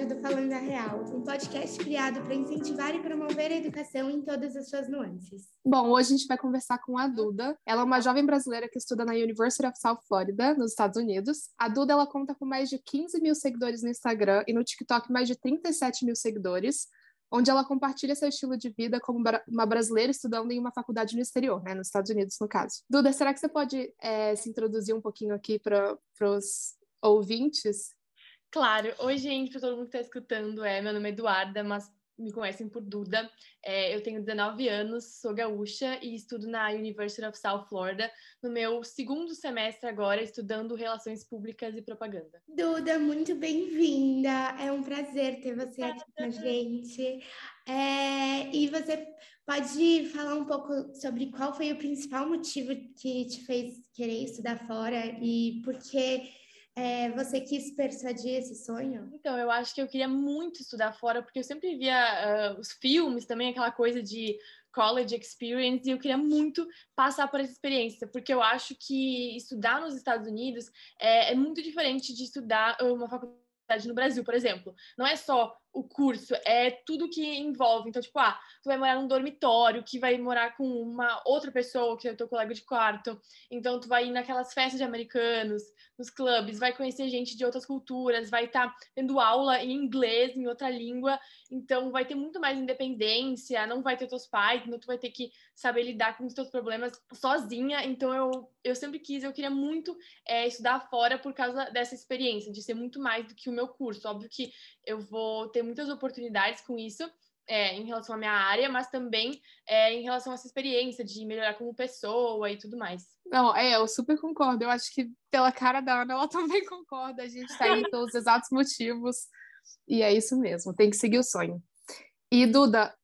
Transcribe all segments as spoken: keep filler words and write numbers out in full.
episódio do Falando a Real, um podcast criado para incentivar e promover a educação em todas as suas nuances. Bom, hoje a gente vai conversar com a Duda. Ela é uma jovem brasileira que estuda na University of South Florida, nos Estados Unidos. A Duda, ela conta com mais de quinze mil seguidores no Instagram e no TikTok mais de trinta e sete mil seguidores, onde ela compartilha seu estilo de vida como uma brasileira estudando em uma faculdade no exterior, né, nos Estados Unidos, no caso. Duda, será que você pode é, se introduzir um pouquinho aqui para os ouvintes? Claro. Oi, gente, para todo mundo que está escutando, é, meu nome é Eduarda, mas me conhecem por Duda. É, eu tenho dezenove anos, sou gaúcha e estudo na University of South Florida, no meu segundo semestre agora, estudando Relações Públicas e Propaganda. Duda, muito bem-vinda. É um prazer ter você aqui com a gente. É, e você pode falar um pouco sobre qual foi o principal motivo que te fez querer estudar fora e por que É, você quis persuadir esse sonho? Então, eu acho que eu queria muito estudar fora, porque eu sempre via uh, os filmes também, aquela coisa de college experience, e eu queria muito passar por essa experiência, porque eu acho que estudar nos Estados Unidos é, é muito diferente de estudar uma faculdade no Brasil, por exemplo. Não é só o curso, é tudo que envolve. Então, tipo, ah, tu vai morar num dormitório, que vai morar com uma outra pessoa, que é o teu colega de quarto. Então, tu vai ir naquelas festas de americanos, nos clubes, vai conhecer gente de outras culturas, vai estar tá tendo aula em inglês, em outra língua. Então, vai ter muito mais independência, não vai ter teus pais, então tu vai ter que saber lidar com os teus problemas sozinha. Então, eu, eu sempre quis, eu queria muito é, estudar fora por causa dessa experiência, de ser muito mais do que o meu curso. Óbvio que eu vou ter muitas oportunidades com isso, é, em relação à minha área, mas também é, em relação a essa experiência de melhorar como pessoa e tudo mais. Não, é, eu super concordo. Eu acho que pela cara da Ana, ela também concorda. A gente tá indo pelos exatos motivos. E é isso mesmo, tem que seguir o sonho. E, Duda,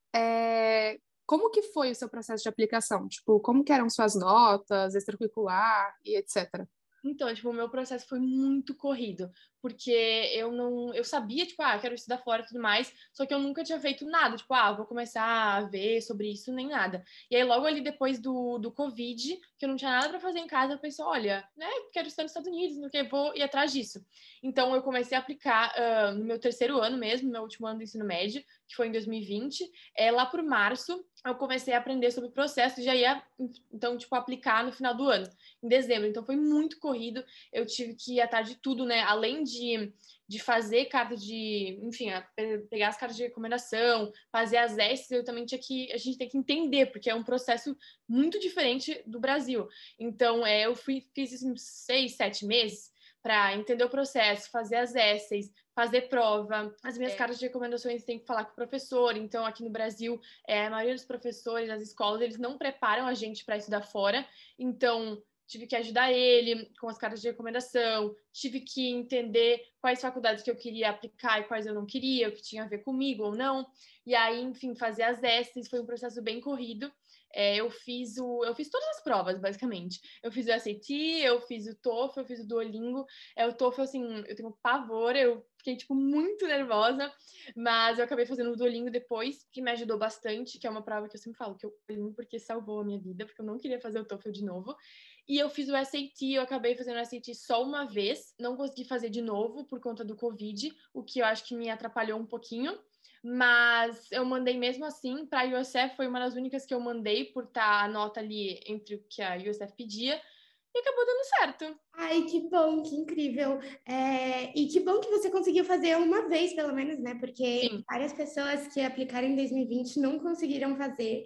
é, como que foi o seu processo de aplicação? Tipo, como que eram suas notas, extracurricular e etcétera? Então, tipo, o meu processo foi muito corrido, porque eu não, eu sabia, tipo, ah, quero estudar fora e tudo mais, só que eu nunca tinha feito nada, tipo, ah, vou começar a ver sobre isso, nem nada. E aí, logo ali depois do, do Covid, que eu não tinha nada pra fazer em casa, eu pensei, olha, né, quero estudar nos Estados Unidos, não que vou ir atrás disso. Então, eu comecei a aplicar uh, no meu terceiro ano mesmo, meu último ano do ensino médio, que foi em dois mil e vinte, é, lá por março, eu comecei a aprender sobre o processo e já ia, então, tipo, aplicar no final do ano, em dezembro. Então, foi muito corrido. Eu tive que ir atrás de tudo, né? Além de, de fazer carta de... Enfim, pegar as cartas de recomendação, fazer as essas, eu também tinha que... A gente tem que entender, porque é um processo muito diferente do Brasil. Então, é, eu fui, fiz isso uns seis, sete meses para entender o processo, fazer as essays, fazer prova. As minhas é. cartas de recomendações tem que falar com o professor. Então, aqui no Brasil, é, a maioria dos professores das escolas, eles não preparam a gente para estudar fora. Então, tive que ajudar ele com as cartas de recomendação, tive que entender quais faculdades que eu queria aplicar e quais eu não queria, o que tinha a ver comigo ou não. E aí, enfim, fazer as essays foi um processo bem corrido. É, eu fiz o, eu fiz todas as provas, basicamente. Eu fiz o S A T, eu fiz o TOEFL, eu fiz o Duolingo. É, o TOEFL, assim, eu tenho pavor, eu fiquei, tipo, muito nervosa, mas eu acabei fazendo o Duolingo depois, que me ajudou bastante, que é uma prova que eu sempre falo que eu fiz porque salvou a minha vida, porque eu não queria fazer o TOEFL de novo. E eu fiz o S A T, eu acabei fazendo o S A T só uma vez, não consegui fazer de novo por conta do Covid, o que eu acho que me atrapalhou um pouquinho. Mas eu mandei mesmo assim para a U S F, foi uma das únicas que eu mandei por estar a nota ali entre o que a U S F pedia e acabou dando certo. Ai, que bom, que incrível. É, e que bom que você conseguiu fazer uma vez, pelo menos, né? Porque Sim. várias pessoas que aplicaram em dois mil e vinte não conseguiram fazer.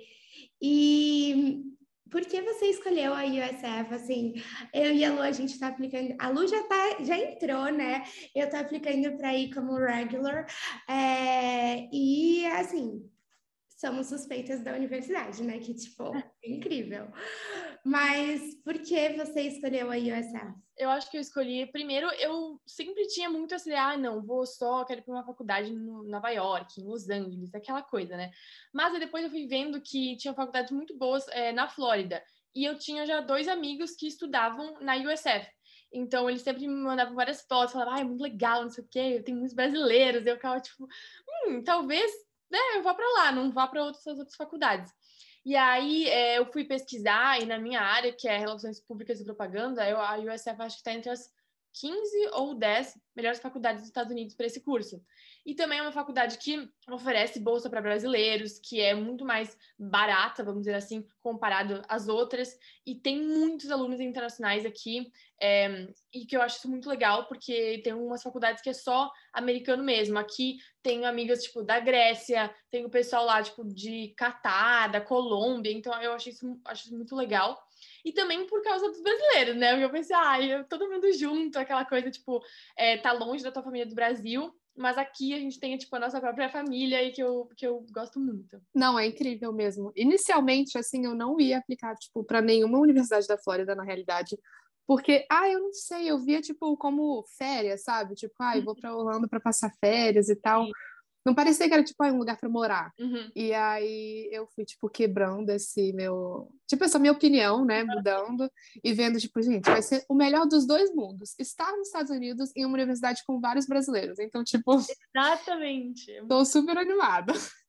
E por que você escolheu a U S F? Assim, eu e a Lu, a gente tá aplicando. A Lu já, tá, já entrou, né? Eu tô aplicando para ir como regular. É, e, assim, somos suspeitas da universidade, né? Que, tipo, é incrível. Mas por que você escolheu a U S F? Eu acho que eu escolhi... Primeiro, eu sempre tinha muito assim, ah, não, vou só, quero ir para uma faculdade em Nova York, em Los Angeles, aquela coisa, né? Mas aí depois eu fui vendo que tinha faculdades muito boas é, na Flórida. E eu tinha já dois amigos que estudavam na U S F. Então, eles sempre me mandavam várias fotos, falavam, ah, é muito legal, não sei o quê, eu tenho muitos brasileiros. E eu ficava, tipo, hum, talvez, né, eu vá para lá, não vá para outras, outras faculdades. E aí é, eu fui pesquisar, e na minha área, que é Relações Públicas e Propaganda, eu, a U S F acho que está entre as quinze ou dez melhores faculdades dos Estados Unidos para esse curso. E também é uma faculdade que oferece bolsa para brasileiros, que é muito mais barata, vamos dizer assim, comparado às outras. E tem muitos alunos internacionais aqui, é, e que eu acho isso muito legal, porque tem umas faculdades que é só americano mesmo. Aqui tenho amigas, tipo, da Grécia, tem o pessoal lá, tipo, de Catar, da Colômbia. Então, eu acho isso, acho isso muito legal. E também por causa dos brasileiros, né? Porque eu pensei, ah, todo mundo junto, aquela coisa, tipo, é, tá longe da tua família do Brasil, mas aqui a gente tem, tipo, a nossa própria família e que eu, que eu gosto muito. Não, é incrível mesmo. Inicialmente, assim, eu não ia aplicar, tipo, para nenhuma universidade da Flórida, na realidade, porque, ah, eu não sei, eu via, tipo, como férias, sabe? Tipo, ah, eu vou pra Orlando para passar férias e tal. Sim. Não parecia que era, tipo, ah, um lugar para morar. Uhum. E aí eu fui, tipo, quebrando esse meu... Tipo, essa minha opinião, né? Mudando e vendo, tipo, gente, vai ser o melhor dos dois mundos. Estar nos Estados Unidos em uma universidade com vários brasileiros. Então, tipo... Exatamente. Tô super animada.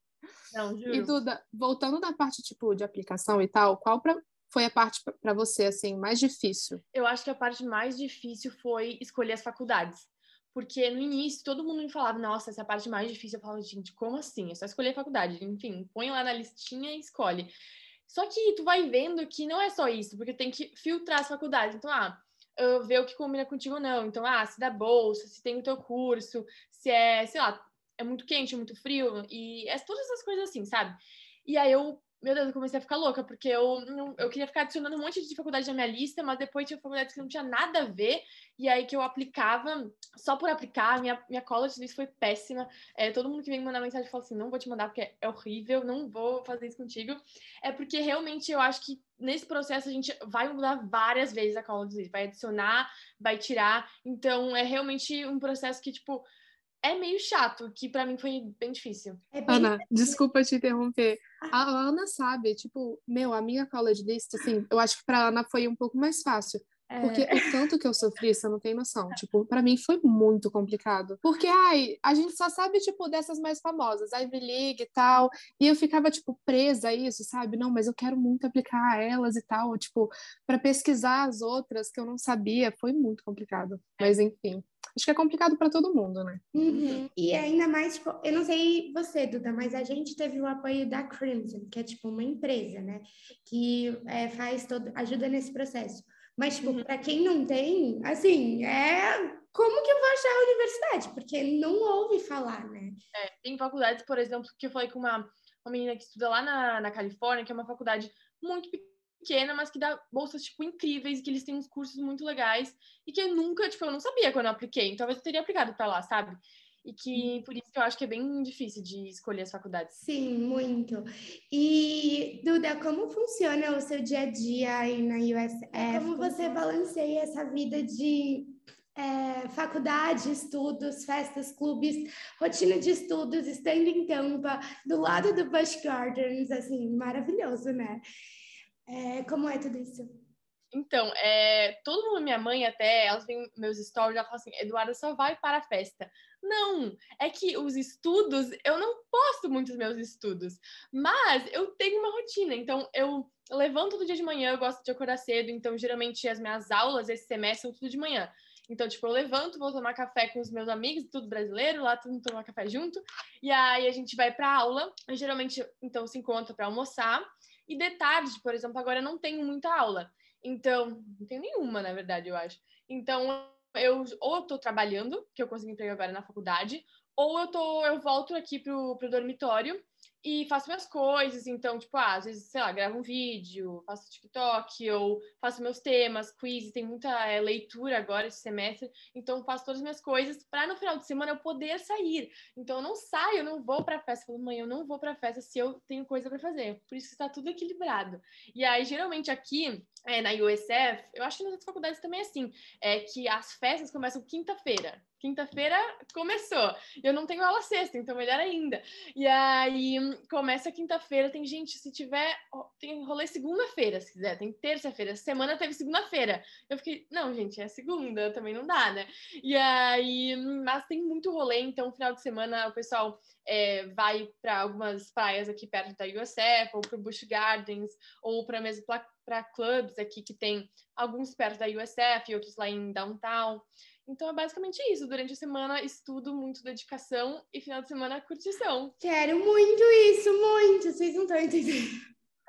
Não, juro. E, Duda, voltando na parte, tipo, de aplicação e tal, qual pra... foi a parte para você, assim, mais difícil? Eu acho que a parte mais difícil foi escolher as faculdades. Porque no início todo mundo me falava, nossa, essa é a parte mais difícil. Eu falava, gente, como assim? É só escolher a faculdade. Enfim, põe lá na listinha e escolhe. Só que tu vai vendo que não é só isso, porque tem que filtrar as faculdades. Então, ah, uh, ver o que combina contigo ou não. Então, ah, se dá bolsa, se tem o teu curso, se é, sei lá, é muito quente, muito frio, e é todas essas coisas assim, sabe? E aí eu, meu Deus, eu comecei a ficar louca, porque eu, não, eu queria ficar adicionando um monte de faculdade na minha lista, mas depois tinha faculdades que não tinha nada a ver, e aí que eu aplicava só por aplicar, minha, minha college list foi péssima. É, todo mundo que vem me mandar mensagem fala assim, não vou te mandar porque é horrível, não vou fazer isso contigo. É porque realmente eu acho que nesse processo a gente vai mudar várias vezes a college list, vai adicionar, vai tirar, então é realmente um processo que, tipo, é meio chato, que pra mim foi bem difícil. É bem... Ana, desculpa te interromper. A Ana sabe, tipo, meu, a minha college list, assim, eu acho que pra Ana foi um pouco mais fácil. Porque É... o tanto que eu sofri, você não tem noção. Tipo, pra mim foi muito complicado. Porque, ai, a gente só sabe, tipo, dessas mais famosas, Ivy League e tal. E eu ficava, tipo, presa a isso, sabe? Não, mas eu quero muito aplicar a elas e tal. Tipo, pra pesquisar as outras que eu não sabia, foi muito complicado. Mas, enfim. Acho que é complicado pra todo mundo, né? Uhum. E ainda mais, tipo, eu não sei você, Duda, mas a gente teve o apoio da Crimson, que é, tipo, uma empresa, né? Que é, faz todo, ajuda nesse processo. Mas, tipo, Uhum. para quem não tem, assim, é como que eu vou achar a universidade? Porque não ouve falar, né? É, tem faculdades, por exemplo, que eu falei com uma, uma menina que estuda lá na, na Califórnia, que é uma faculdade muito pequena, mas que dá bolsas, tipo, incríveis, que eles têm uns cursos muito legais, e que eu nunca, tipo, eu não sabia quando eu apliquei, então talvez eu teria aplicado para lá, sabe? E que, por isso que eu acho que é bem difícil de escolher as faculdades. Sim, muito. E, Duda, como funciona o seu dia a dia aí na U S F? Como você balanceia essa vida de é, faculdade, estudos, festas, clubes, rotina de estudos, estando em Tampa, do lado do Busch Gardens, assim, maravilhoso, né? É, como é tudo isso? Então, é, todo mundo, minha mãe até, elas veem meus stories, ela fala assim, Eduarda só vai para a festa. Não, é que os estudos, eu não posto muito os meus estudos, mas eu tenho uma rotina, então eu levanto todo dia de manhã, eu gosto de acordar cedo, então geralmente as minhas aulas esse semestre são tudo de manhã. Então, tipo, eu levanto, vou tomar café com os meus amigos, tudo brasileiro, lá todo mundo toma café junto, e aí a gente vai para aula, e geralmente, então, se encontra para almoçar, e de tarde, por exemplo, agora eu não tenho muita aula. Então, não tenho nenhuma, na verdade, eu acho. Então, eu ou eu tô trabalhando, que eu consegui emprego agora na faculdade, ou eu tô, eu volto aqui pro, pro dormitório e faço minhas coisas. Então, tipo, ah, às vezes, sei lá, gravo um vídeo, faço TikTok, ou faço meus temas, quiz, tem muita é, leitura agora esse semestre, então faço todas as minhas coisas para no final de semana eu poder sair. Então, eu não saio, eu não vou pra festa. Eu falo, mãe, eu não vou pra festa se eu tenho coisa para fazer. Por isso está tudo equilibrado. E aí, geralmente, aqui, é, na U S F, eu acho que nas outras faculdades também é assim, é que as festas começam quinta-feira. Quinta-feira começou. Eu não tenho aula sexta, então melhor ainda. E aí começa quinta-feira, tem gente, se tiver, tem rolê segunda-feira, se quiser, tem terça-feira. Essa semana teve segunda-feira. Eu fiquei, não, gente, é segunda, também não dá, né? E aí, mas tem muito rolê, então final de semana o pessoal é, vai para algumas praias aqui perto da U S F, ou para o Busch Gardens, ou para mesmo para clubs aqui que tem alguns perto da U S F e outros lá em downtown. Então é basicamente isso. Durante a semana, estudo, muito dedicação, e final de semana, curtição. Quero muito isso, muito. Vocês não estão entendendo.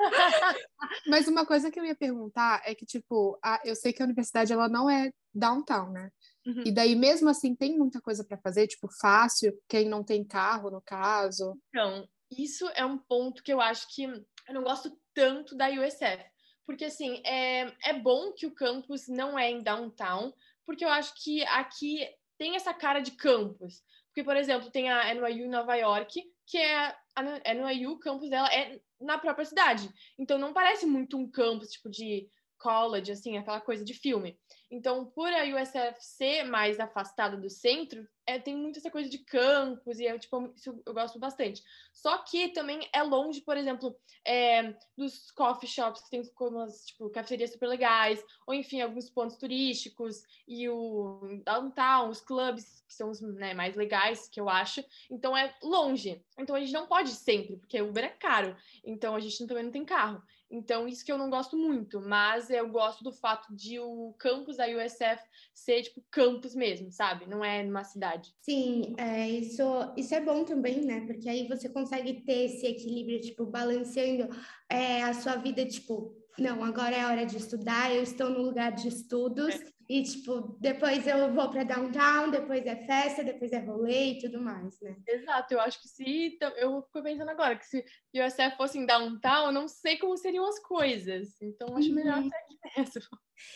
Mas uma coisa que eu ia perguntar é que, tipo, a, eu sei que a universidade, ela não é downtown, né? Uhum. E daí, mesmo assim, tem muita coisa para fazer, tipo, fácil, quem não tem carro, no caso. Então, isso é um ponto que eu acho que eu não gosto tanto da U S F. Porque, assim, é, é bom que o campus não é em downtown, porque eu acho que aqui tem essa cara de campus. Porque, por exemplo, tem a N Y U em Nova York, que é a N Y U, o campus dela é na própria cidade. Então, não parece muito um campus, tipo, de college, assim, aquela coisa de filme. Então, por a U S F ser mais afastada do centro, é, tem muito essa coisa de campus, e é, tipo, isso eu gosto bastante. Só que também é longe, por exemplo, é, dos coffee shops, que tem como as, tipo, cafeterias super legais, ou enfim, alguns pontos turísticos, e o downtown, os clubes, que são os, né, mais legais, que eu acho. Então, é longe. Então, a gente não pode ir sempre, porque Uber é caro. Então, a gente também não tem carro. Então, isso que eu não gosto muito, mas eu gosto do fato de o campus da U S F ser, tipo, campus mesmo, sabe? Não é numa cidade. Sim, é, isso, isso é bom também, né? Porque aí você consegue ter esse equilíbrio, tipo, balanceando é, a sua vida, tipo, não, agora é hora de estudar, eu estou no lugar de estudos, É. e, tipo, depois eu vou para downtown, depois é festa, depois é rolê e tudo mais, né? Exato, eu acho que se. Eu fico pensando agora, que se U S F fosse em downtown, eu não sei como seriam as coisas. Então, acho melhor Uhum. até aqui mesmo.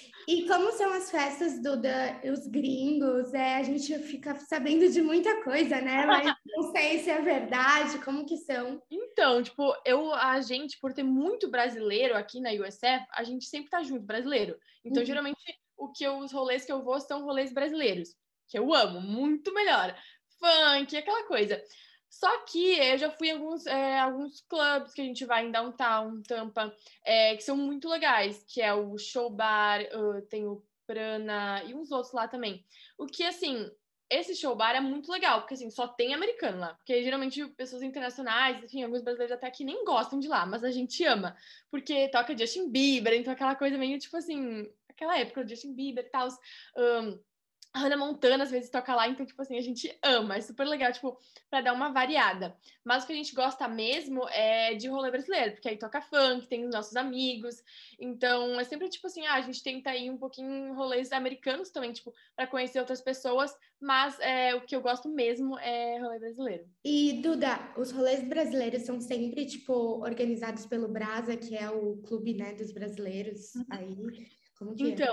E como são as festas do da, os gringos, é, a gente fica sabendo de muita coisa, né? Mas não sei se é verdade, como que são. Então, tipo, eu, a gente, por ter muito brasileiro aqui na U S F, a gente sempre tá junto, brasileiro. Então, Uhum. geralmente, o que eu, os rolês que eu vou são rolês brasileiros, que eu amo, muito melhor. Funk, aquela coisa. Só que eu já fui em alguns, é, alguns clubes que a gente vai em Downtown, Tampa, é, que são muito legais, que é o Show Bar, uh, tem o Prana e uns outros lá também. O que, assim, esse show bar é muito legal, porque assim, só tem americano lá. Porque geralmente pessoas internacionais, enfim, alguns brasileiros até que nem gostam de lá, mas a gente ama. Porque toca Justin Bieber, então aquela coisa meio tipo assim, aquela época, Justin Bieber e tal. Um, a Hannah Montana às vezes toca lá, então, tipo assim, a gente ama, é super legal, tipo, pra dar uma variada. Mas o que a gente gosta mesmo é de rolê brasileiro, porque aí toca funk, tem os nossos amigos, então é sempre, tipo assim, ah, a gente tenta ir um pouquinho em rolês americanos também, tipo, pra conhecer outras pessoas, mas é, o que eu gosto mesmo é rolê brasileiro. E, Duda, os rolês brasileiros são sempre, tipo, organizados pelo Brasa, que é o clube, né, dos brasileiros aí. Como que é? Então,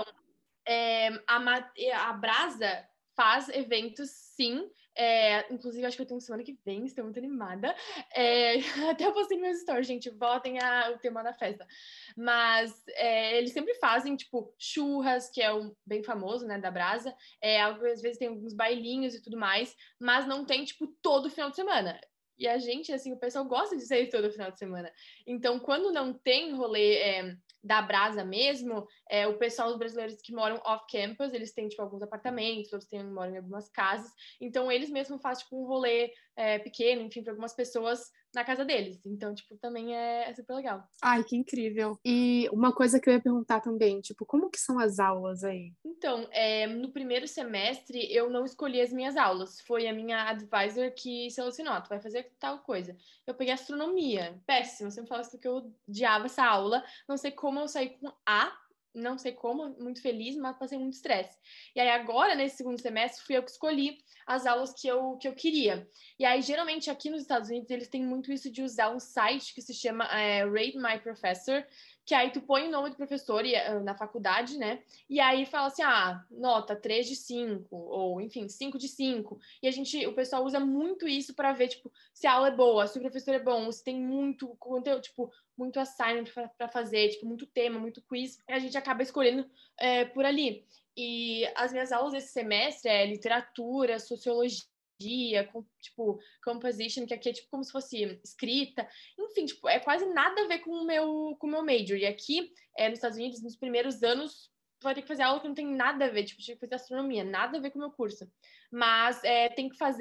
é, a, a Brasa faz eventos, sim. É, inclusive, acho que eu tenho semana que vem, estou muito animada. É, até eu postei nos meus stories, gente, votem a, o tema da festa. Mas é, eles sempre fazem, tipo, churras, que é um bem famoso, né, da Brasa. É, às vezes tem alguns bailinhos e tudo mais, mas não tem, tipo, todo final de semana. E a gente, assim, o pessoal gosta de sair todo final de semana. Então, quando não tem rolê é, da Brasa mesmo, é, o pessoal, os brasileiros que moram off-campus, eles têm, tipo, alguns apartamentos, outros têm, moram em algumas casas. Então, eles mesmos fazem, tipo, um rolê é, pequeno, enfim, para algumas pessoas na casa deles. Então, tipo, também é, é super legal. Ai, que incrível. E uma coisa que eu ia perguntar também, tipo, como que são as aulas aí? Então, é, no primeiro semestre, eu não escolhi as minhas aulas. Foi a minha advisor que selecionou, tu vai fazer tal coisa. Eu peguei astronomia. Péssimo, você me fala que eu odiava essa aula. Não sei como eu saí com A, não sei como, muito feliz, mas passei muito estresse. E aí agora, nesse segundo semestre, fui eu que escolhi as aulas que eu, que eu queria. E aí, geralmente, aqui nos Estados Unidos, eles têm muito isso de usar um site que se chama é, Rate My Professor, que aí tu põe o nome do professor e, na faculdade, né? E aí fala assim, ah, nota três de cinco, ou enfim, cinco de cinco. E a gente, o pessoal usa muito isso para ver, tipo, se a aula é boa, se o professor é bom, se tem muito conteúdo, tipo, muito assignment para fazer, tipo, muito tema, muito quiz. E a gente acaba escolhendo é, por ali. E as minhas aulas desse semestre é literatura, sociologia, com, tipo, composition, que aqui é tipo como se fosse escrita. Enfim, tipo, é quase nada a ver com o meu, com o meu major. E aqui, é, nos Estados Unidos, nos primeiros anos, tu vai ter que fazer aula que não tem nada a ver, tipo, tinha que fazer astronomia, nada a ver com o meu curso. Mas é, tem que fazer,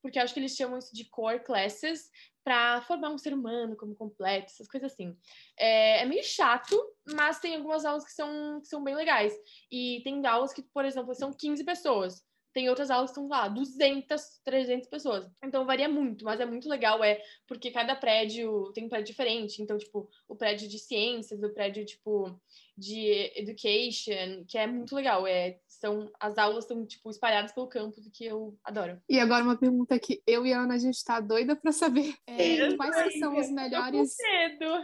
porque eu acho que eles chamam isso de core classes, para formar um ser humano como completo, essas coisas assim. É, é meio chato, mas tem algumas aulas que são, que são bem legais. E tem aulas que, por exemplo, são quinze pessoas. Tem outras aulas que são lá, duzentas, trezentas pessoas. Então varia muito, mas é muito legal, é porque cada prédio tem um prédio diferente. Então, tipo, o prédio de ciências, o prédio, tipo, de education, que é muito legal. É, são, as aulas são, tipo, espalhadas pelo campus, que eu adoro. E agora uma pergunta que eu e a Ana, a gente tá doida pra saber. É, Sim, quais que são os melhores... Tô com medo.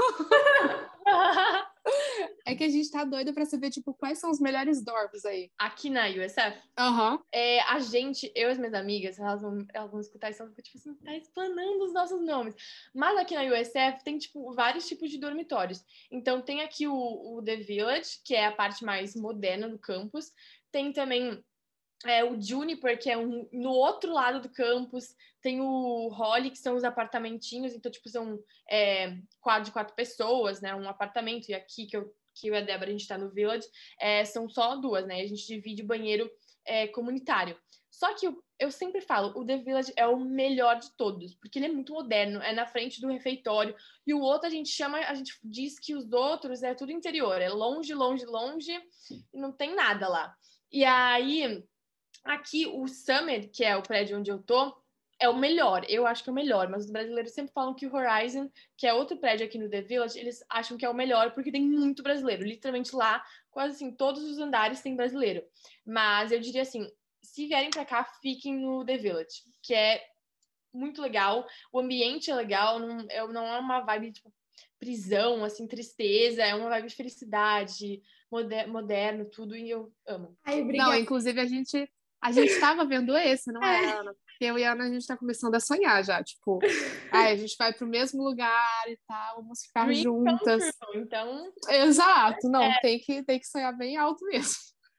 É que a gente tá doida pra saber, tipo, quais são os melhores dorms aí. Aqui na U S F, Aham. Uhum. é, a gente, eu e as minhas amigas, elas vão, elas vão escutar isso, elas vão, tipo assim, tá explanando os nossos nomes. Mas aqui na U S F tem, tipo, vários tipos de dormitórios. Então tem aqui o, o The Village, que é a parte mais moderna do campus. Tem também é, o Juniper, que é um, no outro lado do campus. Tem o Holly, que são os apartamentinhos. Então, tipo, são é, quatro de quatro pessoas, né? Um apartamento. E aqui, que eu, que eu e a Débora, a gente tá no Village, é, são só duas, né? A gente divide o banheiro é, comunitário. Só que eu, eu sempre falo, o The Village é o melhor de todos, porque ele é muito moderno, é na frente do refeitório. E o outro a gente chama, a gente diz que os outros é tudo interior, é longe, longe, longe, e não tem nada lá. E aí... Aqui, o Summer, que é o prédio onde eu tô, é o melhor. Eu acho que é o melhor, mas os brasileiros sempre falam que o Horizon, que é outro prédio aqui no The Village, eles acham que é o melhor porque tem muito brasileiro. Literalmente lá, quase assim, todos os andares tem brasileiro. Mas eu diria assim, se vierem pra cá, fiquem no The Village, que é muito legal. O ambiente é legal, não é, não é uma vibe, tipo, prisão, assim, tristeza. É uma vibe de felicidade, moder, moderno, tudo, e eu amo. Ai, Não, obrigada. inclusive a gente a gente tava vendo esse, não é, É. Ana? Porque eu e a Ana, a gente tá começando a sonhar já, tipo, ai, a gente vai pro mesmo lugar e tal, vamos ficar Dream come juntas. true, então... Exato, não, tem que, tem que sonhar bem alto mesmo.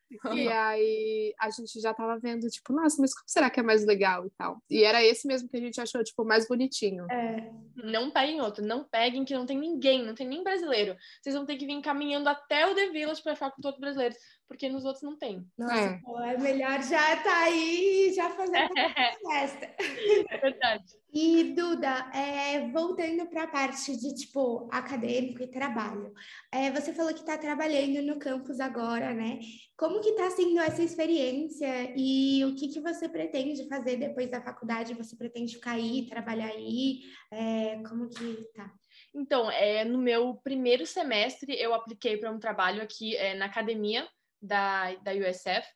E Sim. aí a gente já tava vendo, tipo, nossa, mas como será que é mais legal e tal? E era esse mesmo que a gente achou, tipo, mais bonitinho. É. Não peguem outro, não peguem que não tem ninguém, não tem nem brasileiro. Vocês vão ter que vir caminhando até o The Village pra ficar com todos os brasileiros, porque nos outros não tem. Nossa, É. pô, é melhor já tá aí e já fazer a festa. É verdade. E, Duda, é, voltando para a parte de, tipo, acadêmico e trabalho, é, você falou que está trabalhando no campus agora, né? Como que está sendo essa experiência e o que que você pretende fazer depois da faculdade? Você pretende ficar aí, trabalhar aí? É, como que tá? Então, é, no meu primeiro semestre, eu apliquei para um trabalho aqui é, na academia da, da U S F.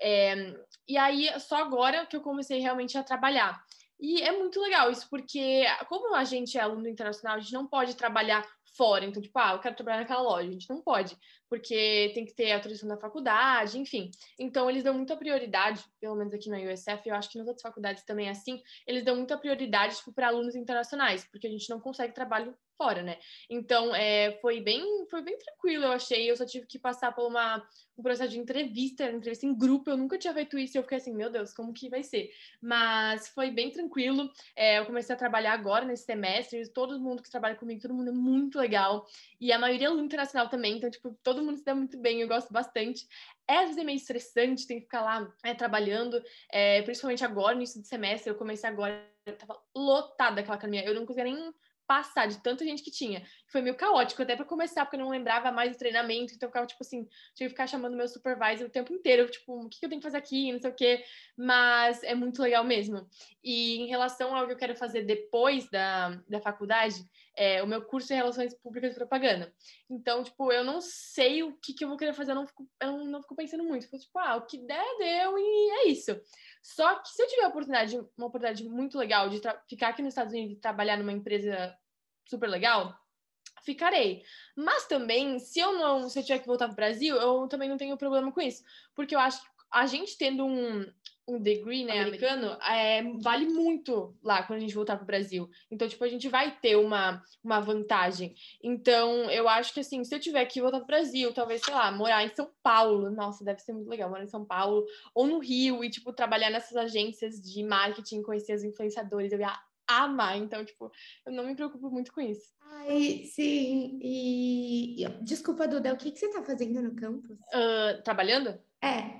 É, e aí, só agora que eu comecei realmente a trabalhar. E é muito legal isso, porque como a gente é aluno internacional, a gente não pode trabalhar fora. Então, tipo, ah, eu quero trabalhar naquela loja. A gente não pode, porque tem que ter autorização da faculdade, enfim. Então, eles dão muita prioridade, pelo menos aqui na U S F, eu acho que nas outras faculdades também é assim, eles dão muita prioridade, tipo, para alunos internacionais, porque a gente não consegue trabalho fora, né? Então, é, foi bem, foi bem tranquilo, eu achei. Eu só tive que passar por uma, um processo de entrevista, entrevista em grupo. Eu nunca tinha feito isso e eu fiquei assim, meu Deus, como que vai ser? Mas foi bem tranquilo. É, eu comecei a trabalhar agora nesse semestre. E todo mundo que trabalha comigo, todo mundo é muito legal. E a maioria é aluno internacional também. Então, tipo, todo mundo se dá muito bem. Eu gosto bastante. É, às vezes é meio estressante, tem que ficar lá é, trabalhando. É, principalmente agora, no início do semestre. Eu comecei agora, eu tava lotada aquela academia. Eu não conseguia nem passar de tanta gente que tinha. Foi meio caótico até para começar, porque eu não lembrava mais do treinamento, então eu ficava, tipo assim, tinha que ficar chamando meu supervisor o tempo inteiro, tipo, o que eu tenho que fazer aqui, não sei o quê, mas é muito legal mesmo. E em relação ao que eu quero fazer depois da, da faculdade, é, o meu curso é Relações Públicas e Propaganda. Então, tipo, eu não sei o que, que eu vou querer fazer, eu não fico, eu não, não fico pensando muito. Fico, tipo, ah, o que der, deu, e é isso. Só que se eu tiver a oportunidade, uma oportunidade muito legal de ficar aqui nos Estados Unidos e trabalhar numa empresa super legal, ficarei. Mas também, se eu não, se eu tiver que voltar pro Brasil, eu também não tenho problema com isso. Porque eu acho que a gente tendo um, um degree, né, americano, é, vale muito lá quando a gente voltar pro Brasil. Então, tipo, a gente vai ter uma, uma vantagem. Então, eu acho que, assim, se eu tiver que voltar pro Brasil, talvez, sei lá, morar em São Paulo, nossa, deve ser muito legal morar em São Paulo, ou no Rio, e, tipo, trabalhar nessas agências de marketing, conhecer os influenciadores, eu ia amar. Então, tipo, eu não me preocupo muito com isso. Ai, sim. E, e- desculpa, Duda, o que que você tá fazendo no campus? Uh, trabalhando? É.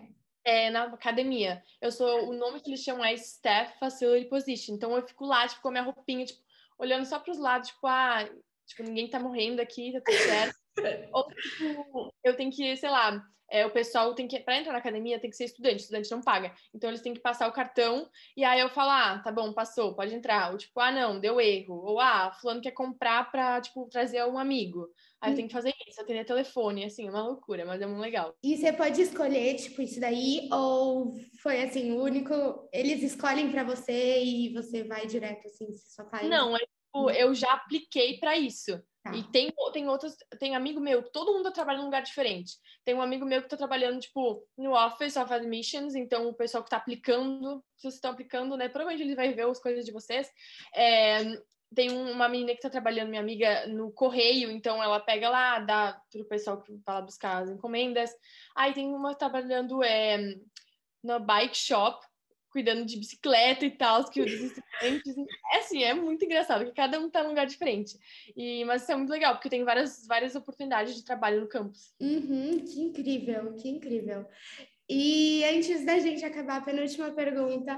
É, na academia. Eu sou, o nome que eles chamam é Staff Facility Position. Então eu fico lá, tipo, com a minha roupinha, tipo, olhando só pros lados, tipo, ah, tipo, ninguém tá morrendo aqui, tá tudo certo. Ou, tipo, eu tenho que, sei lá, é, o pessoal tem que, pra entrar na academia, tem que ser estudante, estudante não paga. Então eles têm que passar o cartão, e aí eu falo, ah, tá bom, passou, pode entrar. Ou tipo, ah, não, deu erro. Ou, ah, fulano quer comprar pra, tipo, trazer um amigo. Aí eu tenho que fazer isso, atender telefone, assim, é uma loucura, mas é muito legal. E você pode escolher, tipo, isso daí, ou foi, assim, o único... Eles escolhem pra você e você vai direto, assim, você só faz... Não, é, tipo, eu já apliquei pra isso. Tá. E tem, tem outros, tem amigo meu, todo mundo trabalha num lugar diferente. Tem um amigo meu que tá trabalhando, tipo, no Office of Admissions, então o pessoal que tá aplicando, se vocês estão aplicando, né, provavelmente ele vai ver as coisas de vocês. É, tem uma menina que tá trabalhando, minha amiga, no correio, então ela pega lá, dá pro pessoal que vai lá buscar as encomendas. Aí tem uma trabalhando é, na bike shop, cuidando de bicicleta e tal, que os estudantes... É assim, é muito engraçado, que cada um tá num lugar diferente. E, mas isso é muito legal, porque tem várias, várias oportunidades de trabalho no campus. Uhum, que incrível, que incrível. E antes da gente acabar, a penúltima pergunta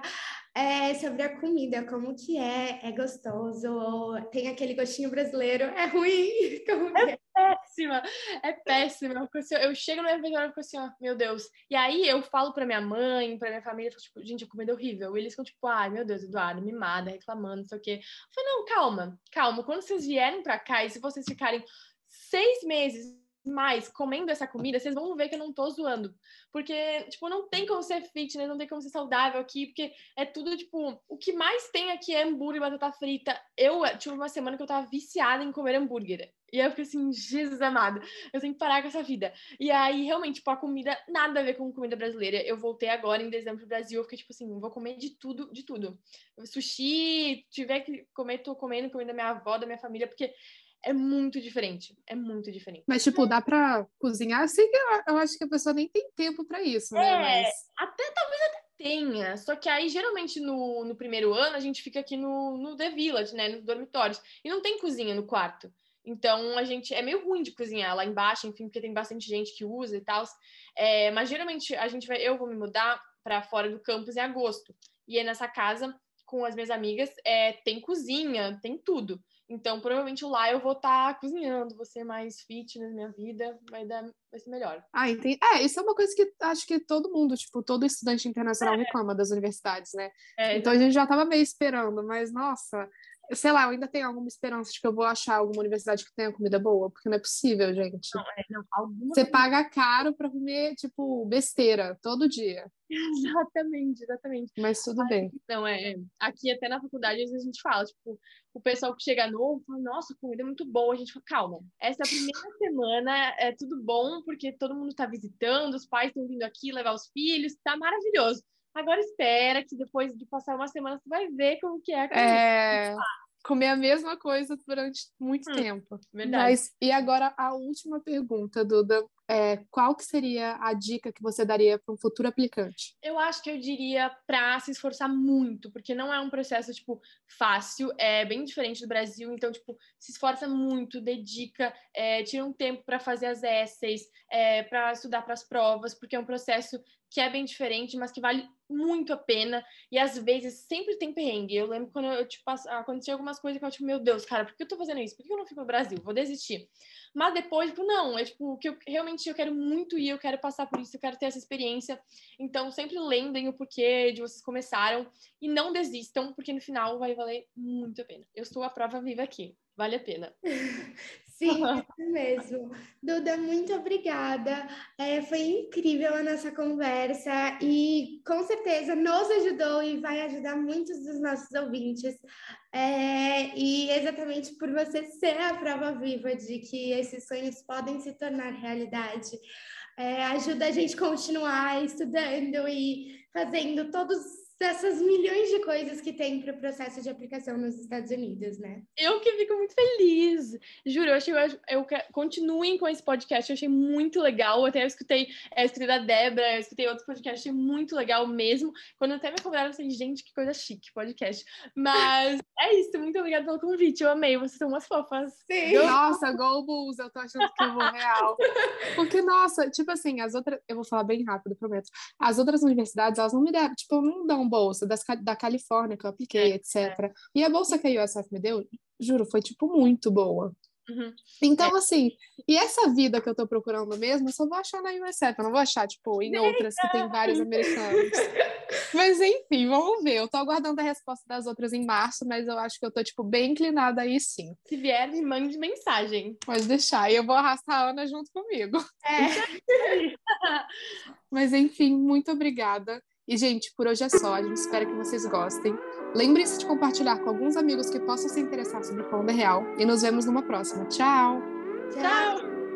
é sobre a comida, como que é? É gostoso? Ou tem aquele gostinho brasileiro? É ruim? Como que é? Péssima, é péssima. Eu, fico assim, eu chego no refeitório e fico assim, ó, meu Deus. E aí eu falo pra minha mãe, pra minha família, eu fico, tipo, gente, a comida é horrível. E eles ficam tipo, ai, meu Deus, Eduardo, mimada, reclamando, não sei o quê. Eu falei, não, calma, calma. Quando vocês vierem pra cá e se vocês ficarem seis meses mais comendo essa comida, vocês vão ver que eu não tô zoando. Porque, tipo, não tem como ser fitness, não tem como ser saudável aqui, porque é tudo, tipo, o que mais tem aqui é hambúrguer e batata frita. Eu tive uma semana que eu tava viciada em comer hambúrguer. E eu fiquei assim, Jesus amado, eu tenho que parar com essa vida. E aí, realmente, tipo, a comida, nada a ver com comida brasileira. Eu voltei agora, em dezembro, pro Brasil, eu fiquei, tipo assim, vou comer de tudo, de tudo. Sushi, tiver que comer, tô comendo comida da minha avó, da minha família, porque é muito diferente. É muito diferente. Mas, tipo, dá pra cozinhar? Assim que eu, eu acho que a pessoa nem tem tempo pra isso, né? É, Mas. até talvez até tenha. Só que aí, geralmente, no, no primeiro ano, a gente fica aqui no, no The Village, né? Nos dormitórios. E não tem cozinha no quarto. Então, a gente... É meio ruim de cozinhar lá embaixo, enfim, porque tem bastante gente que usa e tal. É, mas, geralmente, a gente vai... Eu vou me mudar pra fora do campus em agosto. E aí, nessa casa, com as minhas amigas, é, tem cozinha, tem tudo. Então, provavelmente lá eu vou estar tá cozinhando, vou ser mais fitness na minha vida, vai, dar, vai ser melhor. Ah, entendi. É, isso é uma coisa que acho que todo mundo, tipo, todo estudante internacional reclama das universidades, né? É, Então a gente já tava meio esperando, mas nossa, sei lá, eu ainda tenho alguma esperança de que eu vou achar alguma universidade que tenha comida boa, porque não é possível, gente. não, é, não, alguma Você paga caro pra comer, tipo, besteira todo dia. Exatamente, exatamente. Mas tudo bem. Não, é. Aqui até na faculdade, às vezes a gente fala, tipo, o pessoal que chega novo fala, nossa, a comida é muito boa. A gente fala, calma, essa é a primeira semana, é tudo bom, porque todo mundo tá visitando, os pais estão vindo aqui levar os filhos, tá maravilhoso. Agora espera que depois de passar uma semana você vai ver como que é a comida. É... Comer a mesma coisa durante muito Hum, tempo. verdade. Mas, e agora a última pergunta, Duda. É, qual que seria a dica que você daria para um futuro aplicante? Eu acho que eu diria para se esforçar muito, porque não é um processo, tipo, fácil, é bem diferente do Brasil, então, tipo, se esforça muito, dedica, é, tira um tempo para fazer as essays, é, para estudar para as provas, porque é um processo que é bem diferente, mas que vale muito a pena, e às vezes sempre tem perrengue. Eu lembro quando eu, tipo, acontecia algumas coisas que eu, tipo, meu Deus, cara, por que eu tô fazendo isso? Por que eu não fico no Brasil? Vou desistir. Mas depois, tipo, não, é tipo, o que eu realmente eu quero muito ir, eu quero passar por isso, eu quero ter essa experiência. Então, sempre lembrem o porquê de vocês começaram e não desistam, porque no final vai valer muito a pena. Eu sou a prova viva aqui, vale a pena. Sim, isso mesmo. Duda, muito obrigada. É, foi incrível a nossa conversa e com certeza nos ajudou e vai ajudar muitos dos nossos ouvintes. É, e exatamente por você ser a prova viva de que esses sonhos podem se tornar realidade. É, ajuda a gente a continuar estudando e fazendo todos dessas milhões de coisas que tem para o processo de aplicação nos Estados Unidos, né? Eu que fico muito feliz. Juro, eu achei, eu, eu continuem com esse podcast, eu achei muito legal. Até eu escutei, é, eu escutei da Débora, eu escutei outros podcasts, achei muito legal mesmo. Quando até me convidaram, eu falei, gente, que coisa chique, podcast. Mas é isso, muito obrigada pelo convite, eu amei, vocês são umas fofas. Sim. Nossa, Go Bulls, eu tô achando que eu vou real. Porque, nossa, tipo assim, as outras, eu vou falar bem rápido, prometo. As outras universidades, elas não me deram, tipo, não dão bolsa das, da Califórnia que eu apliquei, É, etcétera. É. E a bolsa que a U S F me deu, juro, foi, tipo, muito boa. Uhum. Então, é. assim, e essa vida que eu tô procurando mesmo, eu só vou achar na U S F, eu não vou achar, tipo, em outras que tem vários americanos. Mas, enfim, vamos ver. Eu tô aguardando a resposta das outras em março, mas eu acho que eu tô, tipo, bem inclinada aí, sim. Se vier, me mande mensagem. Pode deixar, e eu vou arrastar a Ana junto comigo. É. Mas, enfim, muito obrigada. E, gente, por hoje é só. A gente espera que vocês gostem. Lembre-se de compartilhar com alguns amigos que possam se interessar sobre o Pão da Real. E nos vemos numa próxima. Tchau! Tchau!